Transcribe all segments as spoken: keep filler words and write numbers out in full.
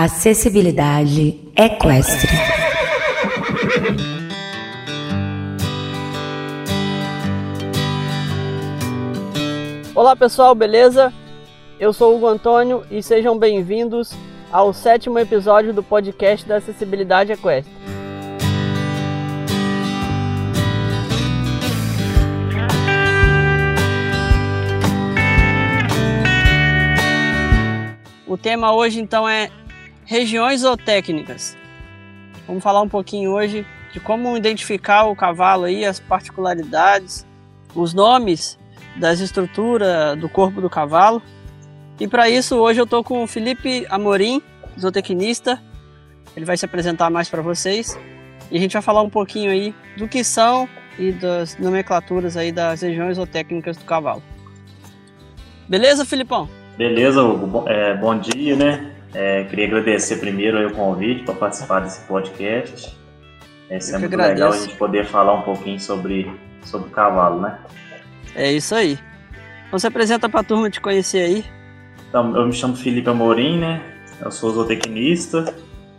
Acessibilidade equestre. Olá pessoal, beleza? Eu sou o Hugo Antônio e sejam bem-vindos ao sétimo episódio do podcast da Acessibilidade Equestre. O tema hoje então é regiões zootécnicas. Vamos falar um pouquinho hoje de como identificar o cavalo aí, as particularidades, os nomes das estruturas do corpo do cavalo. E para isso hoje eu estou com o Felipe Amorim, zootecnista. Ele vai se apresentar mais para vocês e a gente vai falar um pouquinho aí do que são e das nomenclaturas aí das regiões zootécnicas do cavalo. Beleza, Filipão? Beleza, Hugo. Bom, é, bom dia, né? É, queria agradecer primeiro aí o convite para participar desse podcast. É sempre muito legal a gente poder falar um pouquinho sobre, sobre o cavalo, né? É isso aí. Então se apresenta para a turma te conhecer aí. Então, eu me chamo Felipe Amorim, né? Eu sou zootecnista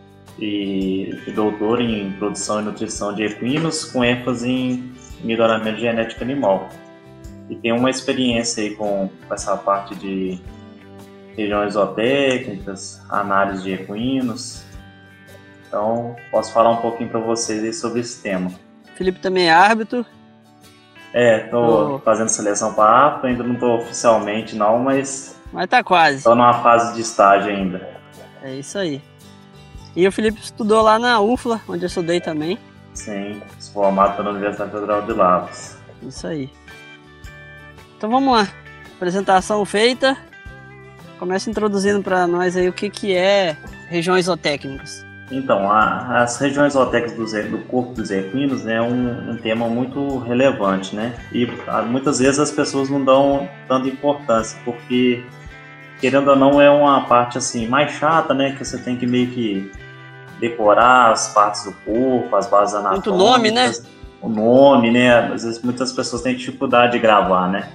e, e doutor em produção e nutrição de equinos, com ênfase em melhoramento genético animal. E tenho uma experiência aí com, com essa parte de regiões zootécnicas, análise de equinos. Então, posso falar um pouquinho para vocês aí sobre esse tema. Felipe também é árbitro. É, tô oh. fazendo seleção para árbitro, ainda não tô oficialmente não, mas... Mas tá quase. Tô numa fase de estágio ainda. É isso aí. E o Felipe estudou lá na U F L A, onde eu estudei também. Sim, sou formado pela Universidade Federal de Lavras. Isso aí. Então vamos lá. Apresentação feita. Começa introduzindo para nós aí o que, que é regiões zootécnicas. Então, a, as regiões zootécnicas do, do corpo dos equinos é né, um, um tema muito relevante, né? E a, muitas vezes as pessoas não dão tanta importância, porque, querendo ou não, é uma parte assim mais chata, né? Que você tem que meio que decorar as partes do corpo, as bases anatômicas. Muito nome, né? O nome, né? Às vezes muitas pessoas têm dificuldade de gravar, né?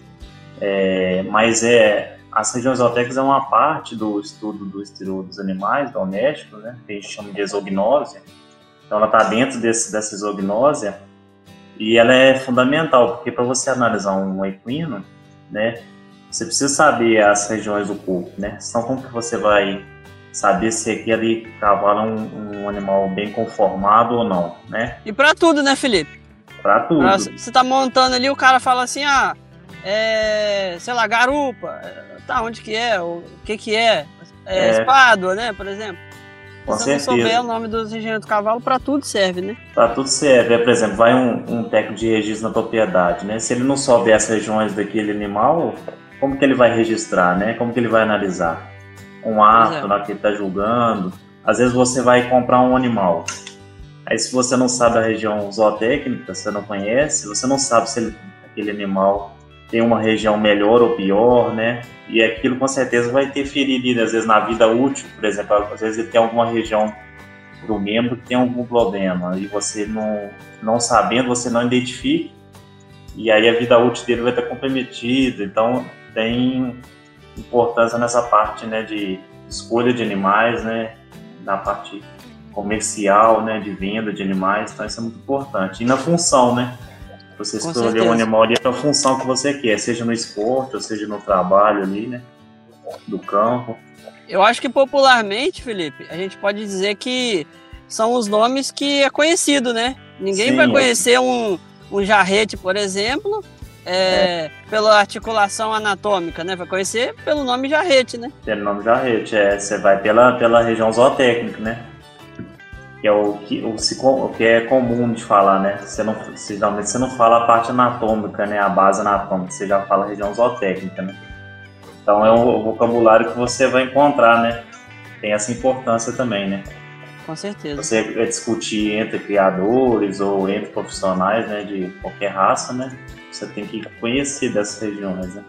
É, mas é... As regiões zootécnicas é uma parte do estudo do estudo dos animais domésticos, né, que a gente chama de exognose. Então ela está dentro desse, dessa exognose e ela é fundamental, porque para você analisar um equino, né, você precisa saber as regiões do corpo, né? Senão como que você vai saber se aquele cavalo é um, um animal bem conformado ou não, né? E para tudo, né, Felipe? Para tudo. Pra, você está montando ali, o cara fala assim, ah, é, sei lá, garupa, tá, onde que é, o que que é, é, é espádua, né, por exemplo. Com Se certeza. você não souber o nome dos regiões do cavalo, para tudo serve, né? Para tudo serve. É, por exemplo, vai um, um técnico de registro na propriedade, né? Se ele não souber as regiões daquele animal, como que ele vai registrar, né? Como que ele vai analisar? Um ato lá que ele está julgando. Às vezes você vai comprar um animal. Aí se você não sabe a região zootécnica, você não conhece, você não sabe se ele, aquele animal tem uma região melhor ou pior, né? E aquilo com certeza vai interferir, às vezes, na vida útil, por exemplo, às vezes ele tem alguma região do membro que tem algum problema e você não, não sabendo, você não identifica e aí a vida útil dele vai estar comprometida. Então tem importância nessa parte, né, de escolha de animais, né, na parte comercial, né, de venda de animais, então isso é muito importante. E na função, né? Você escolher um animal ali para a função que você quer, seja no esporte ou seja no trabalho ali, né, do campo. Eu acho que popularmente, Felipe, a gente pode dizer que são os nomes que é conhecido, né? Ninguém Sim, vai conhecer é. um, um jarrete, por exemplo, é, é. pela articulação anatômica, né? Vai conhecer pelo nome jarrete, né? Pelo nome jarrete, é. Você vai pela, pela região zootécnica, né? Que é o que, o, o que é comum de falar, né? Você não, você, geralmente você não fala a parte anatômica, né? A base anatômica, você já fala a região zootécnica, né? Então é um vocabulário que você vai encontrar, né? Tem essa importância também, né? Com certeza. Você discutir entre criadores ou entre profissionais, né? De qualquer raça, né? Você tem que conhecer dessas regiões, né?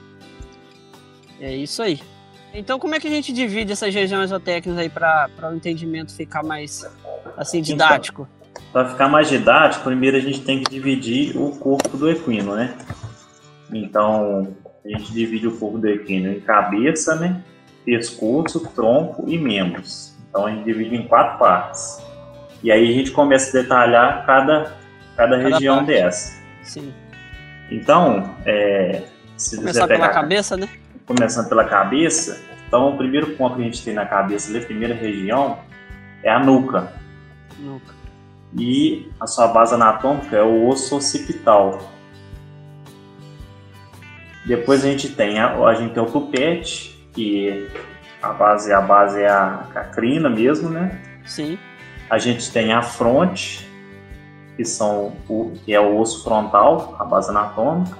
É isso aí. Então, como é que a gente divide essas regiões zootécnicas aí para o entendimento ficar mais, assim, didático? Então, para ficar mais didático, primeiro a gente tem que dividir o corpo do equino, né? Então, a gente divide o corpo do equino em cabeça, né? pescoço, tronco e membros. Então a gente divide em quatro partes. E aí a gente começa a detalhar cada, cada, cada região parte. Dessa. Sim. Então, é, se começar você pegar, pela cabeça, né? Começando pela cabeça, então o primeiro ponto que a gente tem na cabeça, ali, a primeira região, é a nuca. Nuca. E a sua base anatômica é o osso occipital. Depois a gente tem, a, a gente tem o tupete, que a base, a base é a, a crina mesmo, né? Sim. A gente tem a fronte, que, são o, que é o osso frontal, a base anatômica.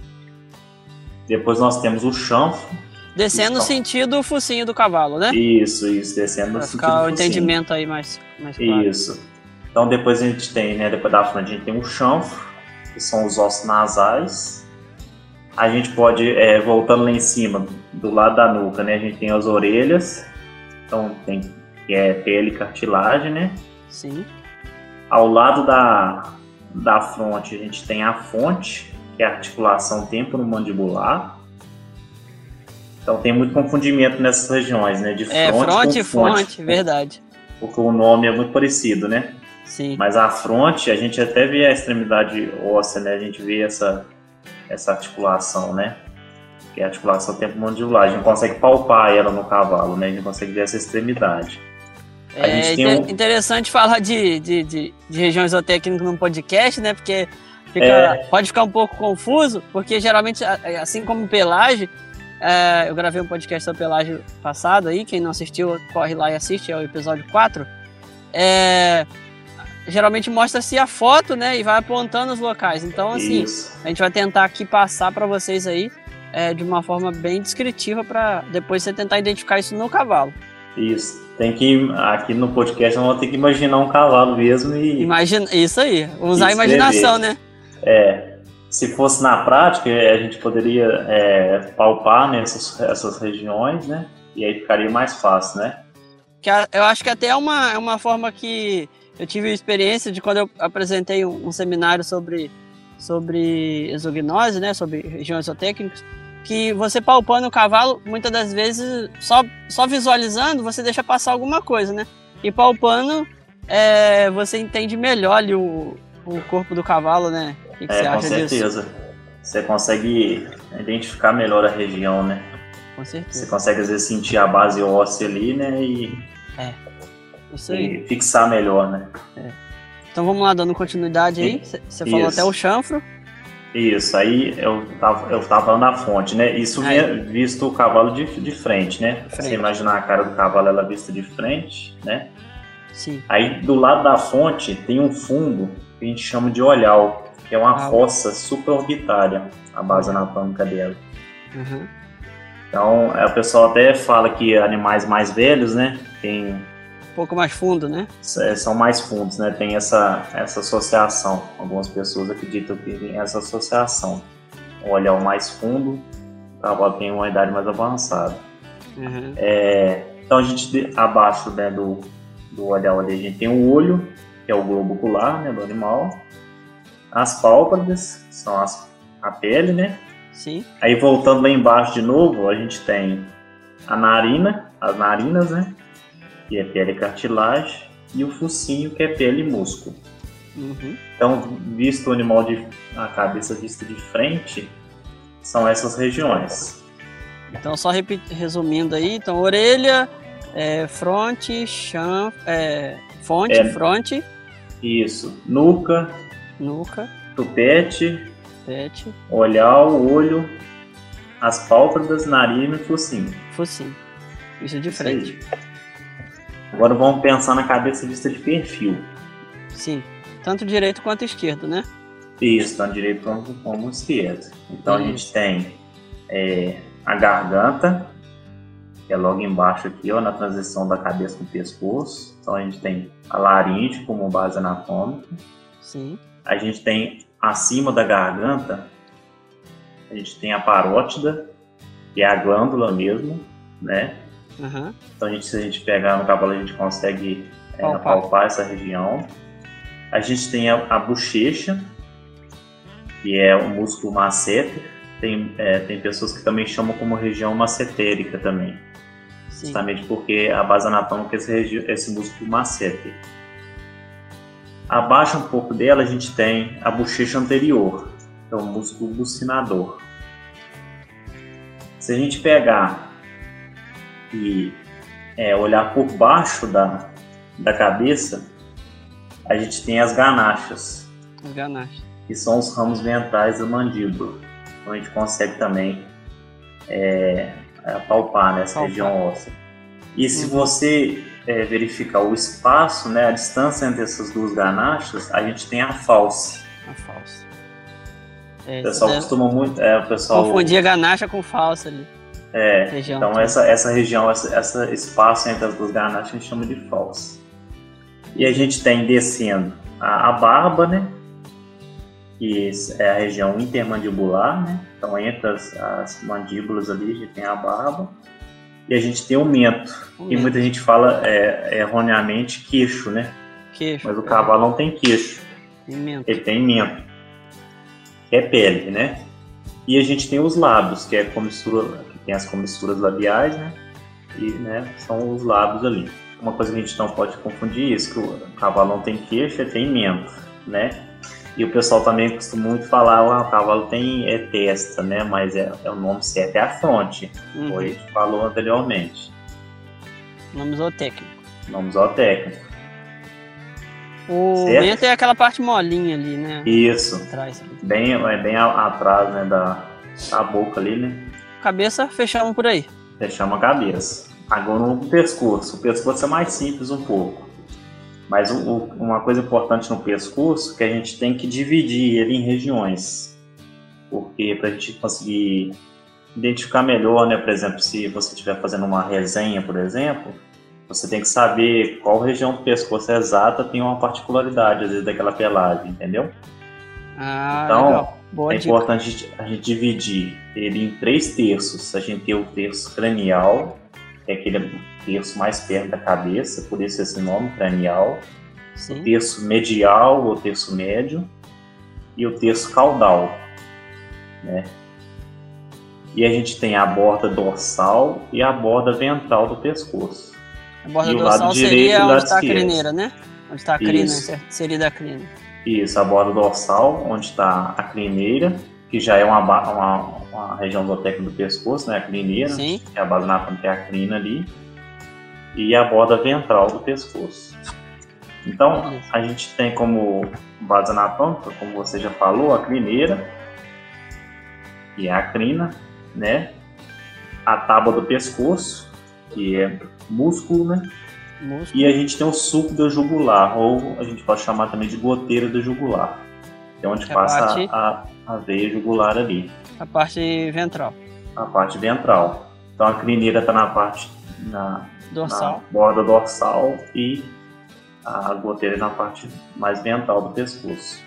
Depois nós temos o chanfro. Descendo no sentido o focinho do cavalo, né? Isso, isso, descendo no Pra sentido ficar do o focinho. entendimento aí mais, mais claro. Isso. Então depois a gente tem, né, depois da frente a gente tem o chanfro, que são os ossos nasais. A gente pode, é, voltando lá em cima, do lado da nuca, né, a gente tem as orelhas. Então tem, que é pele e cartilagem, né? Sim. Ao lado da, da fronte a gente tem a fonte, que é a articulação temporomandibular. Então tem muito confundimento nessas regiões, né? De fronte, é, fronte com e fonte, verdade. Porque o nome é muito parecido, né? Sim. Mas a fronte, a gente até vê a extremidade óssea, né? A gente vê essa, essa articulação, né? Que é a articulação temporomandibular. A gente consegue palpar ela no cavalo, né? A gente consegue ver essa extremidade. A é gente tem inter- um... interessante falar de, de, de, de região zootécnica num podcast, né? Porque fica, É. pode ficar um pouco confuso, porque geralmente, assim como pelagem, é, eu gravei um podcast sobre pelagem passado aí, quem não assistiu, corre lá e assiste, é o episódio quatro. É, geralmente mostra-se a foto, né? E vai apontando os locais. Então, assim, Isso. a gente vai tentar aqui passar para vocês aí é, de uma forma bem descritiva para depois você tentar identificar isso no cavalo. Isso. Tem que, aqui no podcast, nós vamos ter que imaginar um cavalo mesmo e... Imagina, isso aí, usar a e imaginação, né? É, se fosse na prática, a gente poderia é, palpar nessas essas regiões, né? E aí ficaria mais fácil, né? Que a- eu acho que até é uma, é uma forma que eu tive experiência de quando eu apresentei um, um seminário sobre, sobre exognose, né? Sobre regiões zootécnicas, que você palpando o cavalo, muitas das vezes, só, só visualizando, você deixa passar alguma coisa, né? E palpando, é, você entende melhor ali o, o corpo do cavalo, né? O que, que É, você com acha disso? certeza. Você consegue identificar melhor a região, né? Com certeza. Você consegue, às vezes, sentir a base óssea ali, né? E, Isso aí. e fixar melhor, né? Então vamos lá, dando continuidade aí. Você falou Isso. até o chanfro. Isso, aí eu tava, eu tava falando da fonte, né? Isso Aí. vinha visto o cavalo de, de frente, né? De frente. Você imaginar a cara do cavalo, ela vista de frente, né? Sim. Aí do lado da fonte tem um fundo que a gente chama de olhal, que é uma Ah. fossa supraorbitária, a base anatômica dela. Uhum. Então, é, o pessoal até fala que animais mais velhos, né, tem, Um pouco mais fundo, né? é, são mais fundos, né, tem essa, essa associação. Algumas pessoas acreditam que tem essa associação. O olhal mais fundo, o cavalo tem uma idade mais avançada. Uhum. É, então, a gente, abaixo, né, do, do olhal ali, a gente tem o olho, que é o globo ocular, né, do animal. As pálpebras, que são as, a pele, né? Sim. Aí voltando lá embaixo de novo, a gente tem a narina, as narinas, né? Que é pele e cartilagem, e o focinho, que é pele e músculo. Uhum. Então, visto o animal de a cabeça vista de frente, são essas regiões. Então, só repi- resumindo aí, então, orelha, é, fronte, chão, é, fonte, É. fronte, Isso, nuca, nuca, tupete, pete, olhal, olho, as pálpebras, narina e focinho. focinho. Isso de Isso frente. aí. Agora vamos pensar na cabeça vista de perfil. Sim. Tanto direito quanto esquerdo, né? Isso, tanto direito como, como esquerdo. Então a Isso. gente tem é, a garganta, que é logo embaixo aqui, ó, na transição da cabeça com o pescoço. Então a gente tem a laringe como base anatômica. Sim. A gente tem acima da garganta, a gente tem a parótida, que é a glândula mesmo, né? Uhum. Então a gente, se a gente pegar no cavalo, a gente consegue é, Palpar. palpar essa região. A gente tem a, a bochecha, que é o músculo masseter. Tem, é, tem pessoas que também chamam como região massetérica também. justamente porque a base anatômica é esse, esse músculo masseter. Abaixo um pouco dela a gente tem a bochecha anterior, que é o músculo bucinador. Se a gente pegar e é, olhar por baixo da, da cabeça, a gente tem as ganachas. As ganachas. Que são os ramos ventrais da mandíbula. Então a gente consegue também é, apalpar nessa palpar. região óssea. E se uhum. você é, verificar o espaço, né, a distância entre essas duas ganachas, a gente tem a false. A false. É, o pessoal costuma muito... É, o pessoal confundia ganacha com false ali. É, região então essa, essa região, essa, essa espaço entre as duas ganachas a gente chama de false. E a gente tem descendo a, a barba, né? Que é a região intermandibular, né? Então entre as, as mandíbulas ali a gente tem a barba. E a gente tem o mento, o que mento. Muita gente fala é, erroneamente queixo, né? Queixo. Mas o cavalo é. não tem queixo. Tem mento. Ele tem mento, que é pele, né? E a gente tem os lábios, que é comissura, que tem as comissuras labiais, né? E né, são os lábios ali. Uma coisa que a gente não pode confundir é isso, que o cavalo não tem queixo, ele tem mento, né? E o pessoal também costuma muito falar, ah, o cavalo tem é, testa, né? Mas é, é o nome certo é a fronte, uhum. Como a gente falou anteriormente. Nome zootécnico. Nome zootécnico. O mento é aquela parte molinha ali, né? Isso. Atrás, ali. Bem, é bem atrás, né, da, da boca ali, né? Cabeça, fechamos por aí. Fechamos a cabeça. Agora o pescoço. O pescoço é mais simples um pouco. Mas o, o, uma coisa importante no pescoço é que a gente tem que dividir ele em regiões. Porque para a gente conseguir identificar melhor, né? Por exemplo, se você estiver fazendo uma resenha, por exemplo, você tem que saber qual região do pescoço exata tem uma particularidade, às vezes, daquela pelagem, entendeu? Ah, então, legal. Boa é dica. importante a gente dividir ele em três terços. A gente tem o terço cranial, que é aquele terço mais perto da cabeça, por isso esse nome, cranial. Sim. O terço medial, ou terço médio, e o terço caudal, né? E a gente tem a borda dorsal e a borda ventral do pescoço. A borda e dorsal seria onde está a crineira, né? Onde está a crina, Isso. seria da crina. Isso, a borda dorsal, onde está a crineira, que já é uma, uma, uma região zootécnica do pescoço, né? A crineira, Sim. que é a base anatômica, que é a crina ali. E a borda ventral do pescoço. Então, Beleza. A gente tem como base anatômica, como você já falou, a crineira, que é a crina, né? A tábua do pescoço, que é músculo, né? Músculo. E a gente tem o sulco da jugular, ou a gente pode chamar também de goteira da jugular, que é onde a passa parte... a, a veia jugular ali. A parte ventral. A parte ventral. Então a crineira está na parte na, dorsal. na borda dorsal e a goteira na parte mais ventral do pescoço.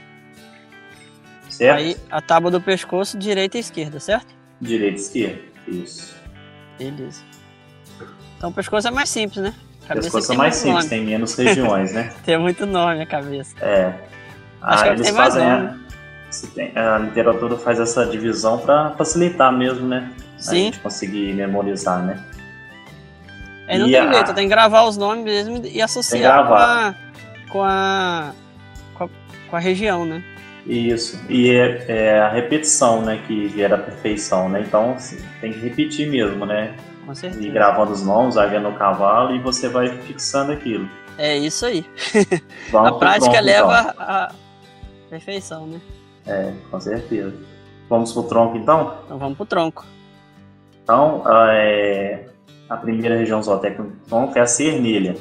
Certo? Aí a tábua do pescoço, direita e esquerda, certo? Direita e esquerda, isso. Beleza. Então o pescoço é mais simples, né? O pescoço é mais simples, nome. Tem menos regiões, né? Tem muito nome a cabeça. É. Acho ah, que eles tem fazem mais a, tem, a literatura faz essa divisão para facilitar mesmo, né? Sim. A gente conseguir memorizar, né? É, não e tem a, jeito, tem que gravar os nomes mesmo e associar com a, com a, com a com a região, né? Isso. E é, é a repetição, né, que gera a perfeição, né? Então tem que repetir mesmo, né? Com certeza. E gravando os nomes, vai vendo o cavalo e você vai fixando aquilo. É isso aí. Vamos a prática tronco, leva então. à perfeição, né? É, com certeza. Vamos pro tronco, então? Então vamos pro tronco. Então, é, a primeira região zootécnica do tronco é a cernilha.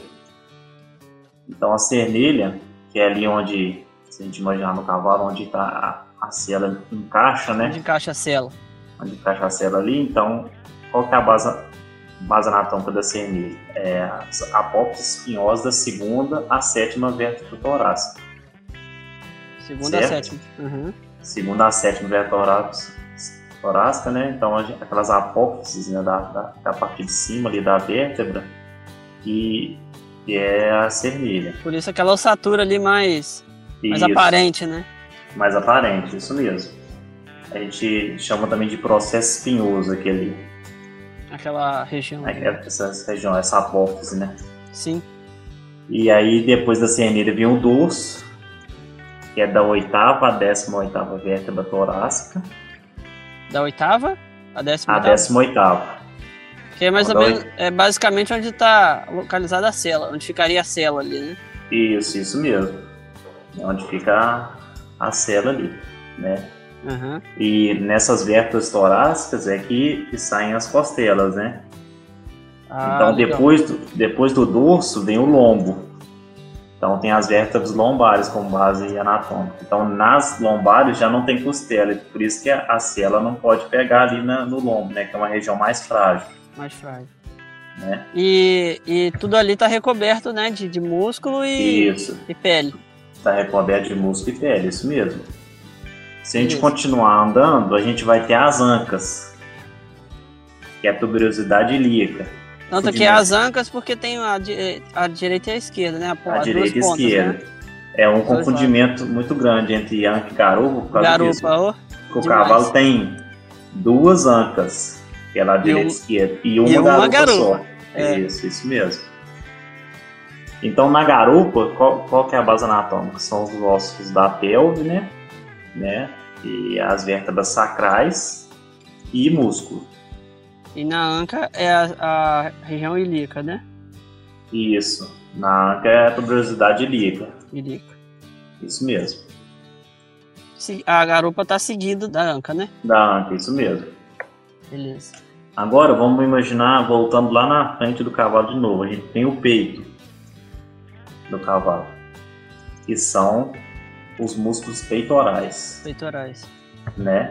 Então, a cernilha, que é ali onde, se a gente imaginar no cavalo, onde tá a, a cela encaixa, né? Onde encaixa a cela. Onde encaixa a cela ali, então, qual que é a base, base anatômica da cernilha? É a apófise espinhosa da segunda à sétima vértebra torácica. Segunda a sétima. Uhum. Segunda a sétima vértebra torácica, né? Então, aquelas apófises, né, da, da, da parte de cima ali da vértebra, que, que é a cernilha. Por isso aquela ossatura ali mais, mais aparente, né? Mais aparente, isso mesmo. A gente chama também de processo espinhoso aquele. Aquela região. Essa, essa região, essa apófise, né? Sim. E aí, depois da cianida, vem o dorso, que é da oitava à décima oitava vértebra torácica. Da oitava à décima A oitava? décima oitava. Que é mais Então, ou menos, é basicamente onde está localizada a célula, onde ficaria a célula ali, né? Isso, isso mesmo. É onde fica a, a célula ali, né? Uhum. E nessas vértebras torácicas é que, que saem as costelas, né? Ah, então, legal. depois do, depois do dorso vem o lombo. Então, tem as vértebras lombares como base anatômica. Então, nas lombares já não tem costela, por isso que a, a célula não pode pegar ali na, no lombo, né? Que é uma região mais frágil. Mais frágil. Né? E, e tudo ali está recoberto, né? De, de músculo e, isso. e pele. Está recoberto de músculo e pele, isso mesmo. Se a gente Isso. continuar andando, a gente vai ter as ancas, que é a tuberosidade ilíaca. Tanto que é as ancas, porque tem a, a direita e a esquerda, né? A, a direita e a pontas, esquerda. Né? É um confundimento muito grande entre anca e garupa, por causa garupa, disso. Oh, porque o demais. cavalo tem duas ancas, que é lá direita e um, esquerda, e uma, e uma garupa, garupa só. É. Isso, isso mesmo. Então, na garupa, qual, qual que é a base anatômica? São os ossos da pelve, né? né? E as vértebras sacrais e músculo. E na anca é a, a região ilíaca, né? Isso. Na anca é a tuberosidade ilíaca. Ilíaca. Isso mesmo. A garupa está seguindo da anca, né? Da anca, isso mesmo. Beleza. Agora vamos imaginar, voltando lá na frente do cavalo de novo, a gente tem o peito do cavalo, que são os músculos peitorais. Peitorais. Né?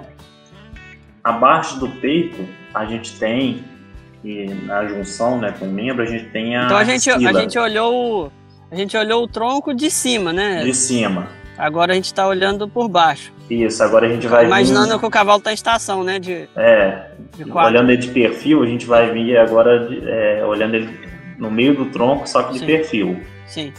Abaixo do peito, a gente tem, e na junção, né, com o membro, a gente tem a Então a gente, axila. a gente olhou a gente olhou o tronco de cima, né? De cima. Agora a gente está olhando por baixo. Isso, agora a gente vai Imaginando vir... que o cavalo está em estação, né? De, é, de olhando ele de perfil, a gente vai vir agora de, é, olhando ele no meio do tronco, só que de Sim. perfil. Sim.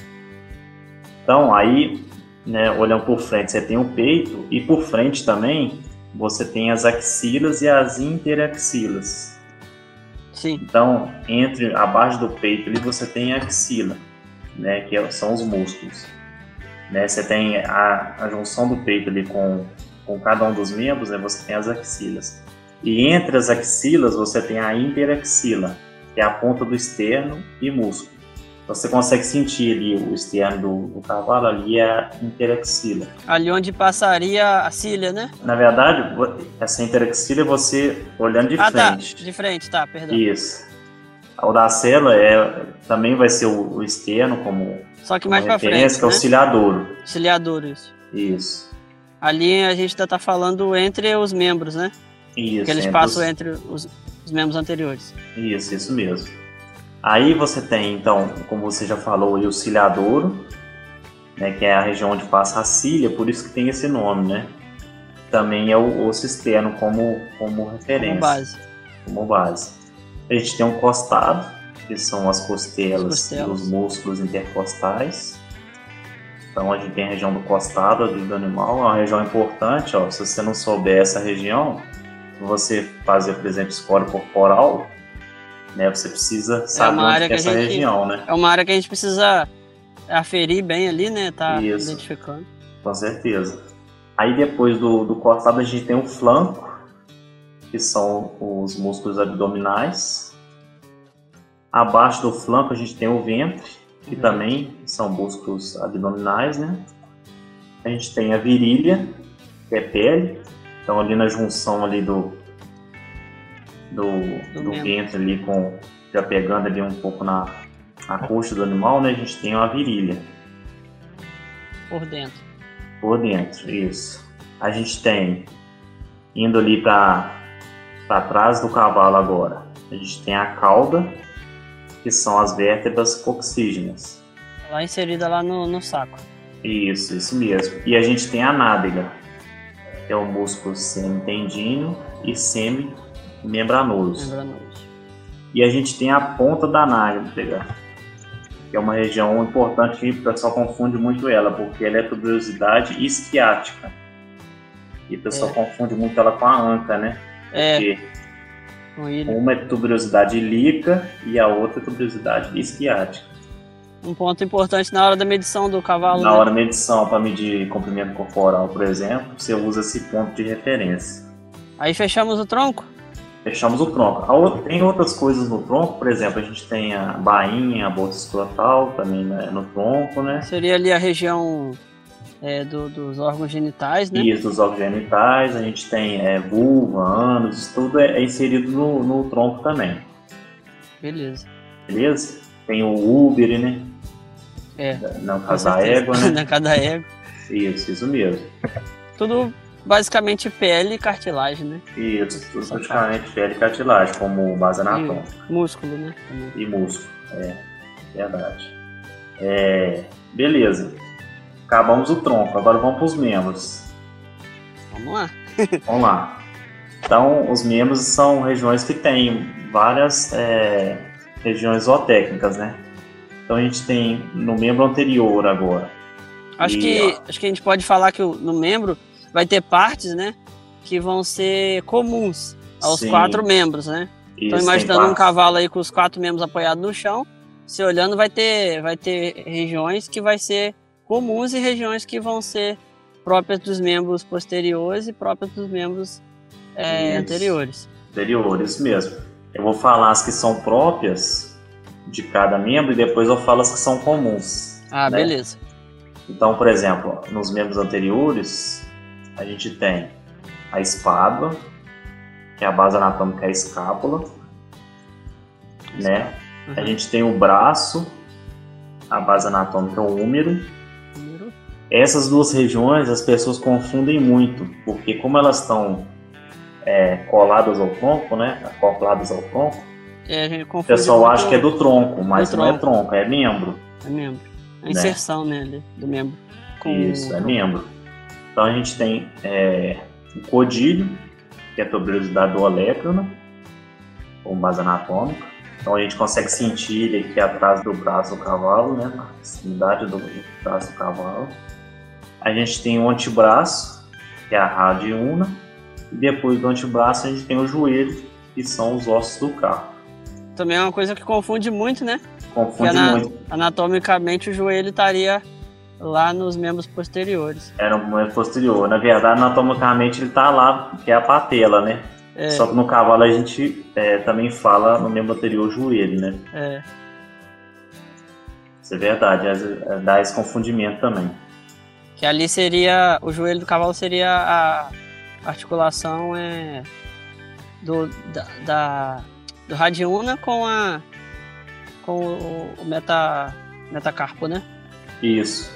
Então, aí, né, olhando por frente, você tem o peito, e por frente também, você tem as axilas e as interaxilas. Sim. Então, entre abaixo do peito ali, você tem a axila, né, que são os músculos. Né, você tem a, a junção do peito ali com, com cada um dos membros, né, você tem as axilas. E entre as axilas, você tem a interaxila, que é a ponta do externo e músculo. Você consegue sentir ali o externo do, do cavalo, ali é a interaxila. Ali onde passaria a cília, né? Na verdade, essa interaxila é você olhando de ah, frente. Tá. De frente, tá, perdão. Isso. O da célula é, também vai ser o, o externo como, Só que como mais pra frente, que é o né? ciliadouro. Ciliadouro, isso. Isso. Ali a gente ainda tá falando entre os membros, né? Isso. Que eles entre passam os... entre os, os membros anteriores. Isso, isso mesmo. Aí você tem, então, como você já falou, o ciliadouro, né, que é a região onde passa a cília, por isso que tem esse nome, né? Também é o osso externo como, como referência. Como base. Como base. A gente tem um costado, que são as costelas, as costelas. E os músculos intercostais. Então a gente tem a região do costado ali do animal, é uma região importante, ó, se você não souber essa região, você fazer, por exemplo, score corporal, né, você precisa saber é onde é que essa gente, região, né? É uma área que a gente precisa aferir bem ali, né? Tá Isso. Identificando. Com certeza. Aí depois do, do costado a gente tem o flanco, que são os músculos abdominais. Abaixo do flanco a gente tem o ventre, que uhum. também são músculos abdominais, né? A gente tem a virilha, que é pele. Então ali na junção ali do do, do, do ventre ali com já pegando ali um pouco na, na coxa do animal, né? A gente tem uma virilha. Por dentro. Por dentro, isso. A gente tem indo ali para para trás do cavalo agora. A gente tem a cauda, que são as vértebras coxígenas. Lá inserida lá no, no saco. Isso, isso mesmo. E a gente tem a nádega, que é o músculo semitendino e semimembranoso. Membranoso. E a gente tem a ponta da nádega, que é uma região importante que o pessoal confunde muito ela, porque ela é tuberosidade isquiática. E o pessoal é. confunde muito ela com a anca, né? É. Porque Com ilha. Uma é tuberosidade ilíaca e a outra é tuberosidade isquiática. Um ponto importante na hora da medição do cavalo. Na né? hora da medição, para medir comprimento corporal, por exemplo, você usa esse ponto de referência. Aí fechamos o tronco? Fechamos o tronco. A outra, tem outras coisas no tronco, por exemplo, a gente tem a bainha, a bolsa escrotal também, né, no tronco, né? Seria ali a região é, do, dos órgãos genitais, né? Isso, dos órgãos genitais, a gente tem é, vulva, ânus, isso tudo é, é inserido no, no tronco também. Beleza. Beleza? Tem o úbere, né? É. No caso da égua, né? Na cada égua. Isso, isso mesmo. Tudo basicamente pele e cartilagem, né? Isso, tudo praticamente pele e cartilagem, como base anatômica. E músculo, né? Também. E músculo, é, verdade. É, beleza. Acabamos o tronco, agora vamos para os membros. Vamos lá. Vamos lá. Então, os membros são regiões que têm várias é, regiões zootécnicas, né? Então a gente tem no membro anterior agora. Acho, e, que, acho que a gente pode falar que no membro vai ter partes, né? Que vão ser comuns aos sim, quatro membros, né? Isso, então imaginando um cavalo aí com os quatro membros apoiados no chão, se olhando vai ter, vai ter regiões que vai ser comuns e regiões que vão ser próprias dos membros posteriores e próprias dos membros é, anteriores. Anteriores mesmo. Eu vou falar as que são próprias de cada membro e depois eu falo as que são comuns. Ah, né? Beleza. Então, por exemplo, nos membros anteriores, a gente tem a espádua, que é a base anatômica é a escápula, né? Uhum. A gente tem o braço, a base anatômica é o úmero. Úmero. Essas duas regiões as pessoas confundem muito, porque como elas estão é, coladas ao tronco, né? Acopladas ao tronco, É, o pessoal acha que é do tronco, mas do não tronco. é tronco, é membro. É membro. A inserção, né, né do membro. Com Isso, é membro. Então a gente tem é, o codilho, que é a tuberosidade do olécrano, com base anatômica. Então a gente consegue sentir ele aqui atrás do braço do cavalo, né, na proximidade do braço do cavalo. A gente tem o antebraço, que é a radiuna, e depois do antebraço a gente tem o joelho, que são os ossos do carpo. Também é uma coisa que confunde muito, né? Confunde ana- muito. Anatomicamente o joelho estaria lá nos membros posteriores. É no membro posterior. Na verdade, anatomicamente ele está lá, que é a patela, né? É. Só que no cavalo a gente é, também fala no membro anterior joelho, né? É. Isso é verdade, é, dá esse confundimento também. Que ali seria, o joelho do cavalo seria a articulação é, do, da, da, do radiuna com, a, com o, o meta, metacarpo, né? Isso.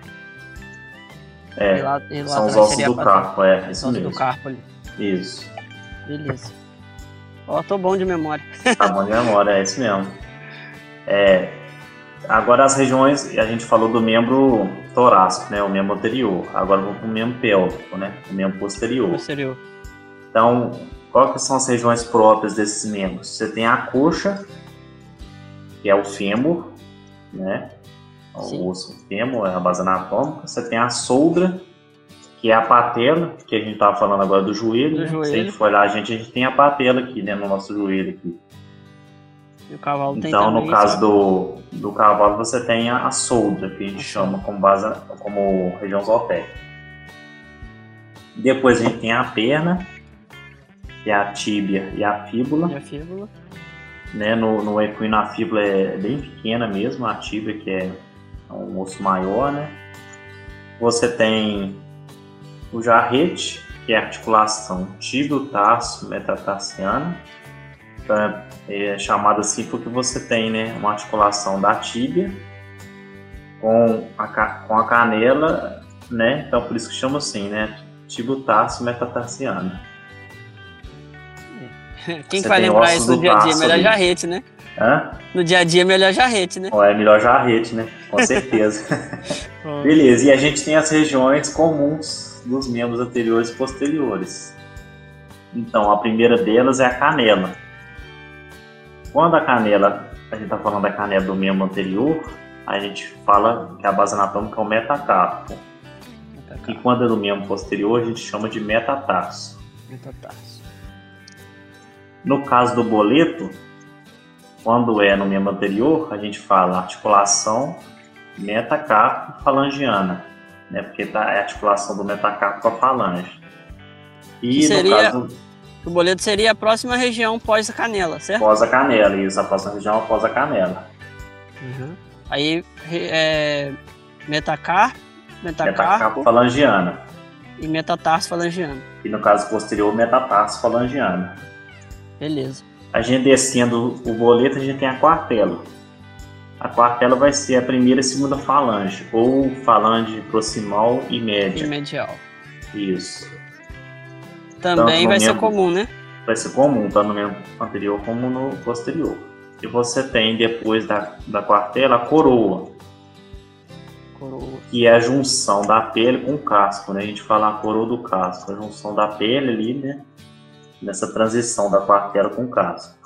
É, e lá, e lá são os ossos do carpo, é, isso ossos mesmo. do carpo ali. Isso. Beleza. Ó, tô bom de memória. Tá bom de memória, é isso mesmo. É, agora as regiões, a gente falou do membro torácico, né, o membro anterior. Agora vamos pro membro pélvico, né, o membro posterior. Posterior. Então, quais que são as regiões próprias desses membros? Você tem a coxa, que é o fêmur, né? Sim. O osso fêmur é a base anatômica. Você tem a soldra, que é a patela, que a gente estava falando agora do joelho. Do né? joelho. Se a gente for olhar, a gente, a gente tem a patela aqui, né, no nosso joelho aqui. E o cavalo tem Então, também, no caso sabe? do, do cavalo, você tem a, a soldra, que a gente A chama como, base, como região zootécnica. Depois a gente tem a perna, que é a tíbia e a fíbula. E a fíbula. Né? No, no equino a fíbula é bem pequena mesmo, a tíbia que é um osso maior, né? Você tem o jarrete, que é a articulação tíbio-tarso metatarsiana. Então é, é chamado assim porque você tem, né, uma articulação da tíbia com a, com a canela, né? Então por isso que chama assim, né? Tíbio-tarso metatarsiana. Quem Você que vai tem lembrar ossos isso no do dia a dia? tarso Melhor ali. jarrete, né? Hã? No dia a dia, melhor jarrete, né? Ó, é melhor jarrete, né? Com certeza. Beleza, e a gente tem as regiões comuns dos membros anteriores e posteriores. Então, a primeira delas é a canela. Quando a canela, a gente está falando da canela do membro anterior, a gente fala que a base anatômica é o metacarpo. Metacarpo. E quando é do membro posterior, a gente chama de metatarso. Metatarso. No caso do boleto, quando é no membro anterior, a gente fala articulação metacarpo-falangiana, né? Porque tá, é a articulação do metacarpo com a falange. E que seria, no caso, o boleto seria a próxima região pós a canela, certo? Pós a canela, isso, a próxima região após a canela. Uhum. Aí, é, metacarpo, metacarpo, Metacarpo falangiana. E metatarso falangiano. E no caso posterior, metatarso falangiano. Beleza. A gente descendo o boleto, a gente tem a quartela. A quartela vai ser a primeira e segunda falange, ou falange proximal e média. E medial. Isso. Também vai ser comum, né? Vai ser comum, tanto no membro anterior como no posterior. E você tem depois da, da quartela a coroa. Coroa. Que é a junção da pele com o casco, né? A gente fala a coroa do casco, a junção da pele ali, né? Nessa transição da quartela com o casco.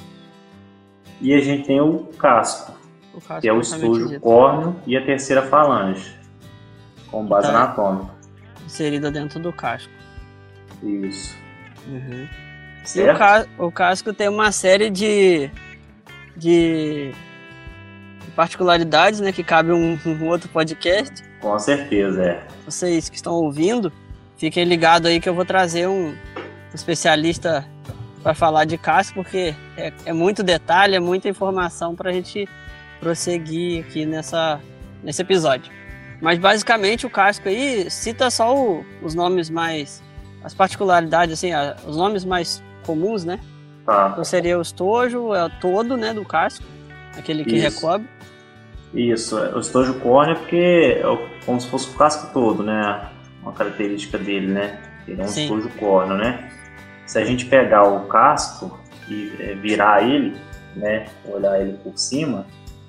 E a gente tem o casco, o casco que é o estojo córneo e a terceira falange, com base tá anatômica. Inserida dentro do casco. Isso. Uhum. E o, ca o casco tem uma série de, de particularidades, né? Que cabe um, um outro podcast. Com certeza, é. Vocês que estão ouvindo, fiquem ligados aí que eu vou trazer um especialista para falar de casco, porque é, é muito detalhe, é muita informação para a gente prosseguir aqui nessa, nesse episódio. Mas basicamente o casco aí cita só o, os nomes mais, as particularidades, assim, a, os nomes mais comuns, né? Ah. Então seria o estojo, é o todo, né, do casco, aquele que Isso. recobre. Isso, o estojo córneo porque é como se fosse o casco todo, né? Uma característica dele, né? Ele é um Sim. estojo córneo, né? Se a gente pegar o casco e virar ele, né, olhar ele por cima,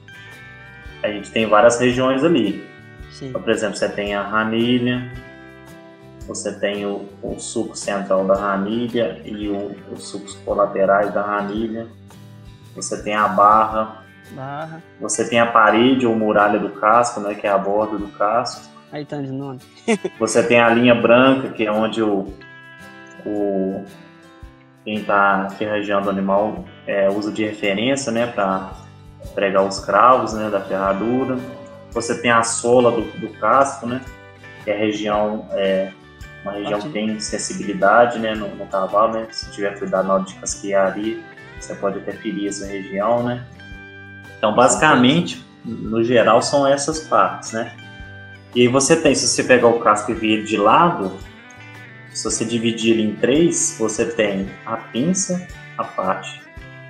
a gente tem várias regiões ali. Sim. Então, por exemplo, você tem a ranilha, você tem o, o sulco central da ranilha e o, os sulcos colaterais da ranilha, você tem a barra, barra, você tem a parede ou muralha do casco, né, que é a borda do casco. Aí tá de nome. Você tem a linha branca, que é onde o, o quem está ferrageando o animal é, usa de referência, né, para pregar os cravos, né, da ferradura. Você tem a sola do, do casco, né, que é a região, é, uma região que tem sensibilidade, né, no, no cavalo, né. Se tiver cuidado na hora de casquear ali, você pode até ferir essa região, né. Então, basicamente, no geral, são essas partes, né. E aí você tem, se você pegar o casco e vir ele de lado, se você dividir ele em três, você tem a pinça, a parte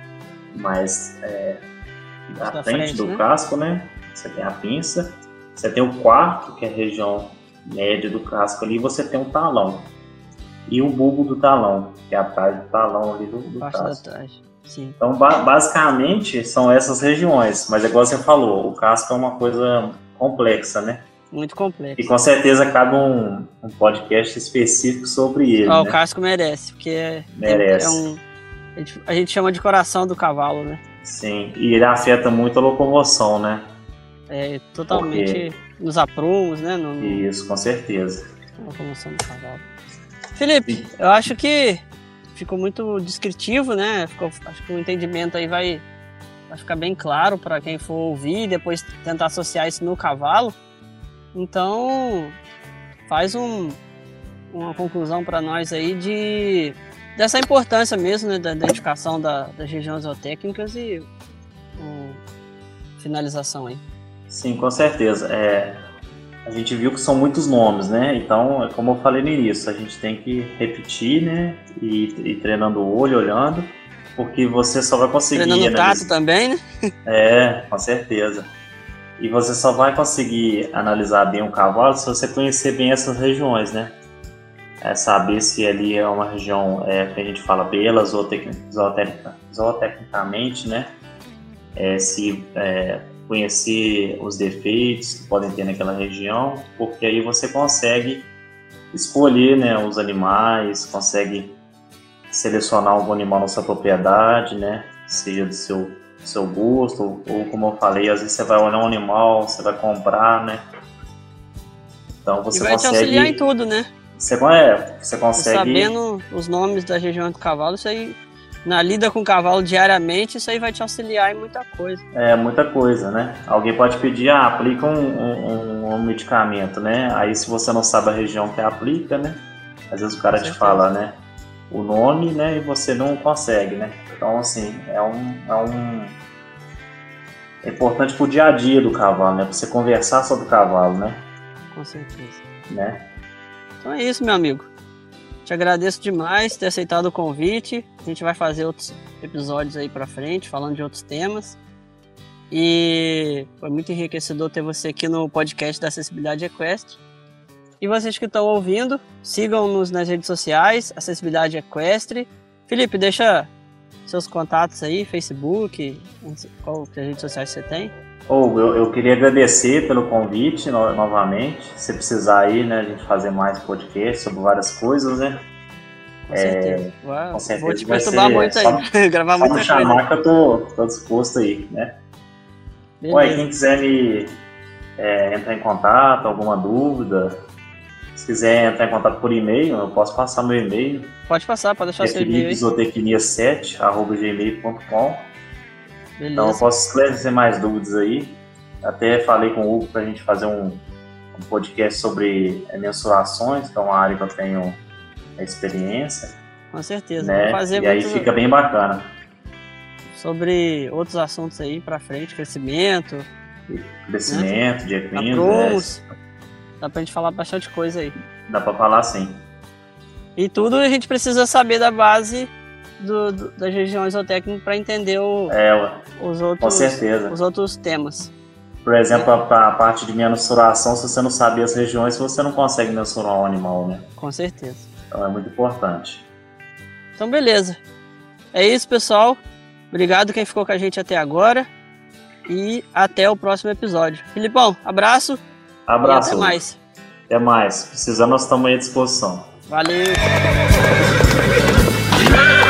mais é, à frente, frente do né? casco, né? Você tem a pinça, você tem o quarto, que é a região média do casco ali, e você tem o talão. E o bulbo do talão, que é atrás do talão ali do, do parte casco. Da trás. Sim. Então, ba basicamente, são essas regiões. Mas, igual você falou, o casco é uma coisa complexa, né? Muito complexo. E com certeza cabe um, um podcast específico sobre ele. Ah, né? O casco merece, porque é, merece. É, é um, a, gente, a gente chama de coração do cavalo, né? Sim, e ele afeta muito a locomoção, né? É, totalmente porque... nos aprumos, né? No, no... Isso, com certeza. A locomoção do cavalo. Felipe, Sim. eu acho que ficou muito descritivo, né? Ficou, acho que o entendimento aí vai, vai ficar bem claro para quem for ouvir e depois tentar associar isso no cavalo. Então, faz um, uma conclusão para nós aí de, dessa importância mesmo, né, da identificação da, das regiões zootécnicas e um, finalização aí. Sim, com certeza. É, a gente viu que são muitos nomes, né? Então, como eu falei no início, a gente tem que repetir, né? E ir treinando o olho, olhando, porque você só vai conseguir... Treinando o tato também, né? É, com certeza. E você só vai conseguir analisar bem o cavalo se você conhecer bem essas regiões, né? É saber se ali é uma região é, que a gente fala bela, zootec zootec zootecnicamente, né? É, se é, conhecer os defeitos que podem ter naquela região, porque aí você consegue escolher, né, os animais, consegue selecionar algum animal na sua propriedade, né? Seja do seu seu gosto, ou, ou como eu falei, às vezes você vai olhar um animal, você vai comprar, né? Então você e vai consegue... te auxiliar em tudo, né? Você, é, você consegue... Sabendo os nomes da região do cavalo, isso aí na lida com o cavalo diariamente, isso aí vai te auxiliar em muita coisa. É, muita coisa, né? Alguém pode pedir, ah, aplica um, um, um medicamento, né? Aí se você não sabe a região que aplica, né? Às vezes o cara te fala, né? O nome, né? E você não consegue, né? Então, assim, é um... É, um... é importante pro dia a dia do cavalo, né? Pra você conversar sobre o cavalo, né? Com certeza. Né? Então é isso, meu amigo. Te agradeço demais por ter aceitado o convite. A gente vai fazer outros episódios aí pra frente, falando de outros temas. E foi muito enriquecedor ter você aqui no podcast da Acessibilidade Equestre. E vocês que estão ouvindo, sigam-nos nas redes sociais, Acessibilidade Equestre. Felipe, deixa seus contatos aí, Facebook, qual que redes sociais você tem? Oh, eu, eu queria agradecer pelo convite no, novamente. Se precisar aí, né, a gente fazer mais podcast sobre várias coisas, né? Com certeza. É, Uau, com certeza vou te perturbar muito só, aí, gravar muita só me coisa. chamar que eu tô, tô disposto aí, né? Ué, quem quiser me é, entrar em contato, alguma dúvida, se quiser entrar em contato por e-mail, eu posso passar meu e-mail. Pode passar, pode deixar é seu e-mail aí. felipe zootecnia sete arroba gmail ponto com. Beleza. Então eu posso esclarecer mais dúvidas aí. Até falei com o Hugo para a gente fazer um, um podcast sobre é, mensurações, que é uma área que eu tenho a experiência. Com certeza. Né? Vou fazer e aí muito fica bem bacana. Sobre outros assuntos aí para frente, crescimento. Crescimento, né? De equinos. Aprumos. Né? Dá pra gente falar bastante coisa aí. Dá para falar sim. E tudo a gente precisa saber da base do, do, das regiões zootécnicas para entender o, é, os, outros, com certeza. os outros temas. Por exemplo, é. a, a parte de mensuração, se você não sabe as regiões, você não consegue mensurar um animal, né? Com certeza. Então é muito importante. Então beleza. É isso, pessoal. Obrigado quem ficou com a gente até agora. E até o próximo episódio. Filipão, abraço. Abraço. E até mais. Até mais. Precisando, nós estamos aí à disposição. Valeu.